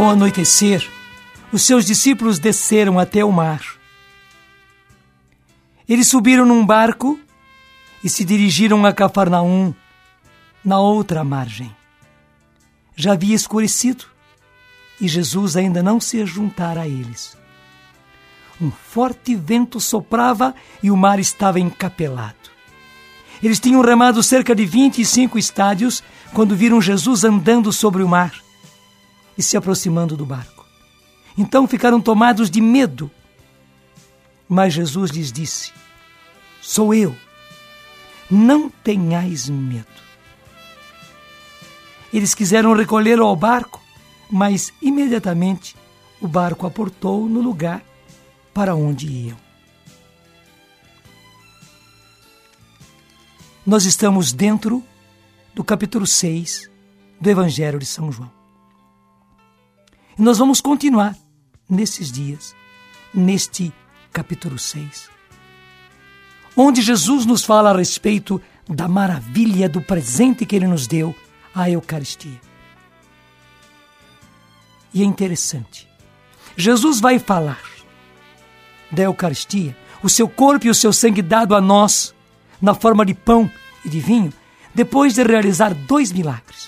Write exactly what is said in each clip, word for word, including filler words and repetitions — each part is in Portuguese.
Ao anoitecer, os seus discípulos desceram até o mar. Eles subiram num barco e se dirigiram a Cafarnaum, na outra margem. Já havia escurecido e Jesus ainda não se juntara a eles. Um forte vento soprava e o mar estava encapelado. Eles tinham remado cerca de vinte e cinco estádios quando viram Jesus andando sobre o mar e se aproximando do barco. Então ficaram tomados de medo. Mas Jesus lhes disse: sou eu, não tenhais medo. Eles quiseram recolhê-lo ao barco, mas imediatamente o barco aportou no lugar para onde iam. Nós estamos dentro do capítulo seis do Evangelho de São João. E nós vamos continuar nesses dias, neste capítulo seis, onde Jesus nos fala a respeito da maravilha do presente que Ele nos deu, a Eucaristia. E é interessante, Jesus vai falar da Eucaristia, o seu corpo e o seu sangue dado a nós, na forma de pão e de vinho, depois de realizar dois milagres.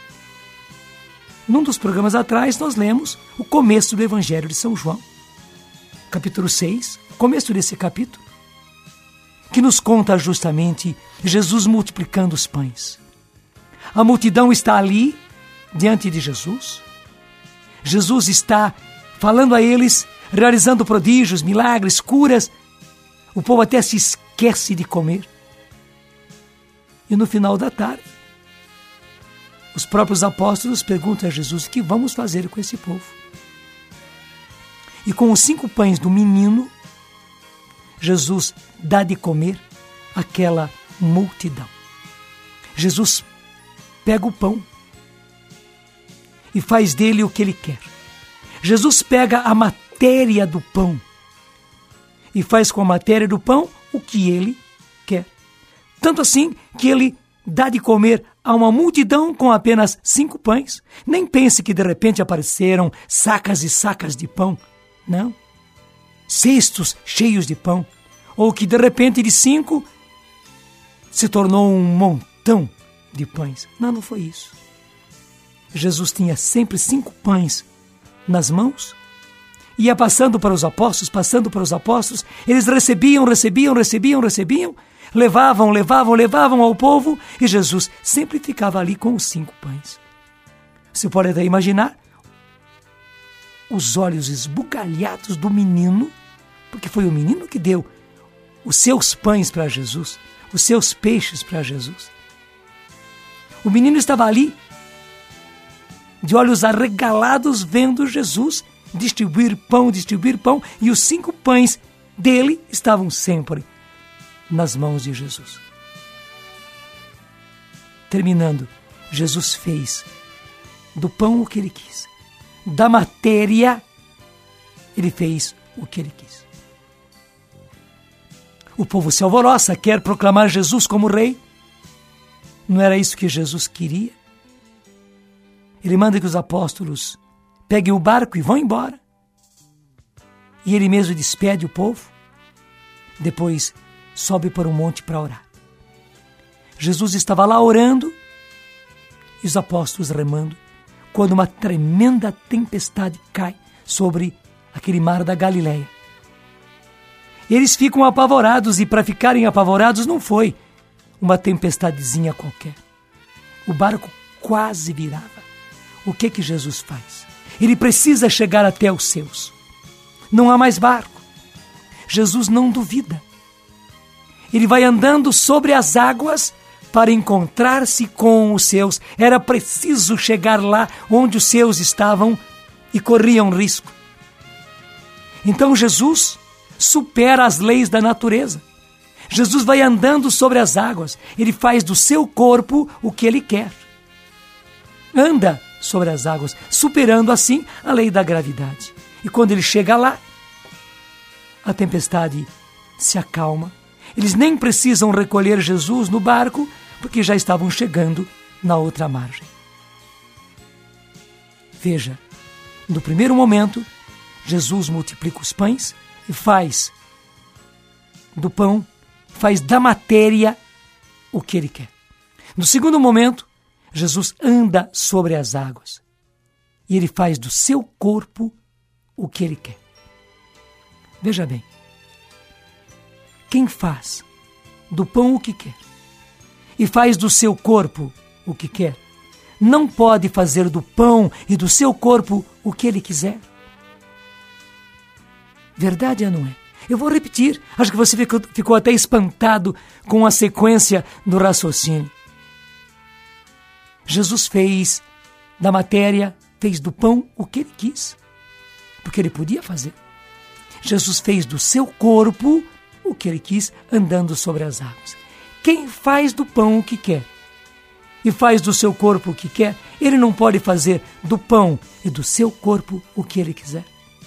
Num dos programas atrás, nós lemos o começo do Evangelho de São João, capítulo seis, começo desse capítulo, que nos conta justamente Jesus multiplicando os pães. A multidão está ali, diante de Jesus. Jesus está falando a eles, realizando prodígios, milagres, curas. O povo até se esquece de comer. E no final da tarde, os próprios apóstolos perguntam a Jesus: o que vamos fazer com esse povo? E com os cinco pães do menino, Jesus dá de comer àquela multidão. Jesus pega o pão e faz dele o que ele quer. Jesus pega a matéria do pão e faz com a matéria do pão o que ele quer. Tanto assim que ele dá de comer a uma multidão com apenas cinco pães. Nem pense que de repente apareceram sacas e sacas de pão. Não. Cestos cheios de pão. Ou que de repente de cinco se tornou um montão de pães. Não, não foi isso. Jesus tinha sempre cinco pães nas mãos, ia passando para os apóstolos, passando para os apóstolos, eles recebiam, recebiam, recebiam, recebiam, levavam, levavam, levavam ao povo, e Jesus sempre ficava ali com os cinco pães. Você pode até imaginar os olhos esbugalhados do menino, porque foi o menino que deu os seus pães para Jesus, os seus peixes para Jesus. O menino estava ali, de olhos arregalados, vendo Jesus distribuir pão, distribuir pão, e os cinco pães dele estavam sempre nas mãos de Jesus. Terminando, Jesus fez do pão o que ele quis, da matéria ele fez o que ele quis. O povo se alvoroça, quer proclamar Jesus como rei. Não era isso que Jesus queria? Ele manda que os apóstolos peguem o barco e vão embora. E ele mesmo despede o povo. Depois sobe para um monte para orar. Jesus estava lá orando e os apóstolos remando, quando uma tremenda tempestade cai sobre aquele mar da Galileia. Eles ficam apavorados, e para ficarem apavorados não foi uma tempestadezinha qualquer. O barco quase virava. O que que Jesus faz? Ele precisa chegar até os seus. Não há mais barco. Jesus não duvida. Ele vai andando sobre as águas para encontrar-se com os seus. Era preciso chegar lá onde os seus estavam e corriam risco. Então Jesus supera as leis da natureza. Jesus vai andando sobre as águas. Ele faz do seu corpo o que ele quer. Anda sobre as águas, superando assim a lei da gravidade. E quando ele chega lá, a tempestade se acalma. Eles nem precisam recolher Jesus no barco, porque já estavam chegando na outra margem. Veja, No primeiro momento, Jesus multiplica os pães e faz do pão, faz da matéria o que ele quer. No segundo momento, Jesus anda sobre as águas e ele faz do seu corpo o que ele quer. Veja bem, quem faz do pão o que quer e faz do seu corpo o que quer, não pode fazer do pão e do seu corpo o que ele quiser. Verdade ou não é? Eu vou repetir, acho que você ficou, ficou até espantado com a sequência do raciocínio. Jesus fez da matéria, fez do pão o que ele quis, porque ele podia fazer. Jesus fez do seu corpo o que ele quis, andando sobre as águas. Quem faz do pão o que quer e faz do seu corpo o que quer, ele não pode fazer do pão e do seu corpo o que ele quiser.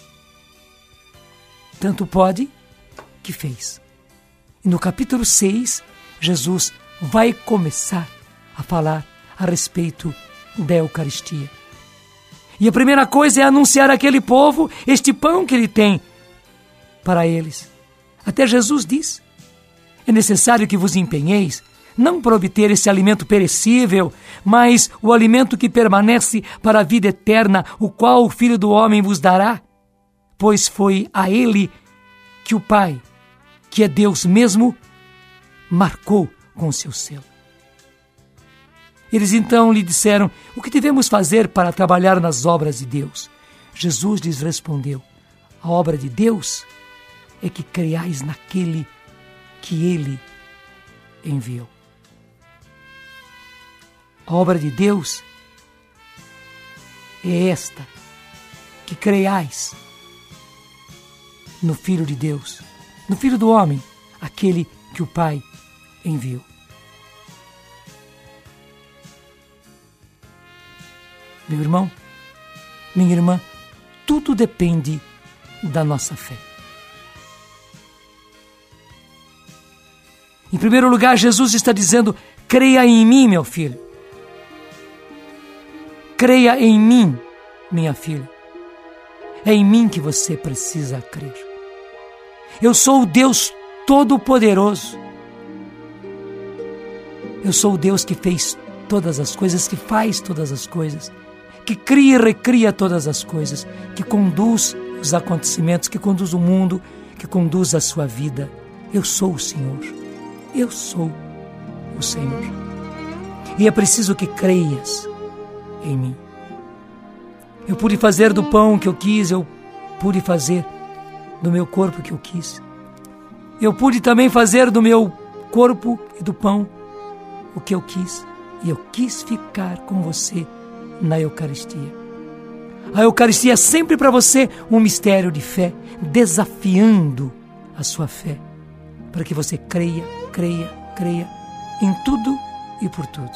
Tanto pode que fez. E no capítulo seis, Jesus vai começar a falar a respeito da Eucaristia. E a primeira coisa é anunciar àquele povo este pão que ele tem para eles. Até Jesus diz: é necessário que vos empenheis, não para obter esse alimento perecível, mas o alimento que permanece para a vida eterna, o qual o Filho do Homem vos dará. Pois foi a ele que o Pai, que é Deus mesmo, marcou com seu selo. Eles então lhe disseram: o que devemos fazer para trabalhar nas obras de Deus? Jesus lhes respondeu: a obra de Deus é que creiais naquele que ele enviou. A obra de Deus é esta, que creiais no Filho de Deus, no Filho do Homem, aquele que o Pai enviou. Meu irmão, minha irmã, tudo depende da nossa fé. Em primeiro lugar, Jesus está dizendo: creia em mim, meu filho. Creia em mim, minha filha. É em mim que você precisa crer. Eu sou o Deus Todo-Poderoso. Eu sou o Deus que fez todas as coisas, que faz todas as coisas, que cria e recria todas as coisas, que conduz os acontecimentos, que conduz o mundo, que conduz a sua vida. Eu sou o Senhor. Eu sou o Senhor. E é preciso que creias em mim. Eu pude fazer do pão que eu quis, eu pude fazer do meu corpo que eu quis. Eu pude também fazer do meu corpo e do pão o que eu quis. E eu quis ficar com você na Eucaristia. A Eucaristia é sempre para você um mistério de fé, desafiando a sua fé, para que você creia, creia, creia em tudo e por tudo.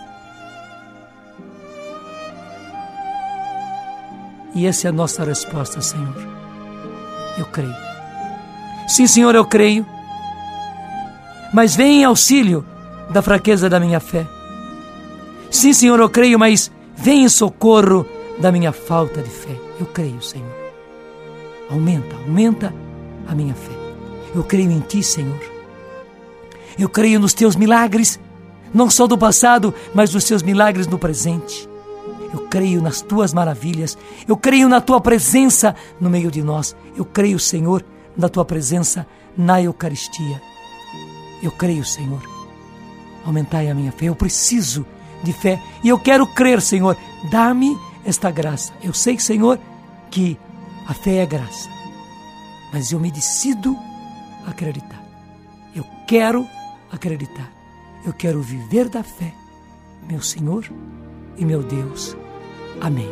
E essa é a nossa resposta, Senhor. Eu creio. Sim, Senhor, eu creio. Mas vem em auxílio da fraqueza da minha fé. Sim, Senhor, eu creio, mas vem em socorro da minha falta de fé. Eu creio, Senhor. Aumenta, aumenta a minha fé. Eu creio em Ti, Senhor. Eu creio nos Teus milagres, não só do passado, mas nos Teus milagres no presente. Eu creio nas Tuas maravilhas. Eu creio na Tua presença no meio de nós. Eu creio, Senhor, na Tua presença na Eucaristia. Eu creio, Senhor. Aumentai a minha fé. Eu preciso de fé e eu quero crer, Senhor. Dá-me esta graça. Eu sei, Senhor, que a fé é graça, mas eu me decido a acreditar. Eu quero acreditar. Eu quero viver da fé, meu Senhor e meu Deus. Amém.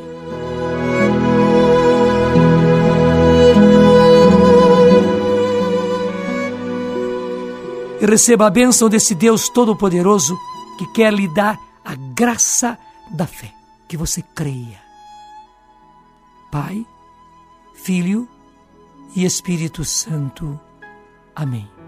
E receba a bênção desse Deus Todo-Poderoso que quer lhe dar a graça da fé, que você creia. Pai, Filho e Espírito Santo. Amém.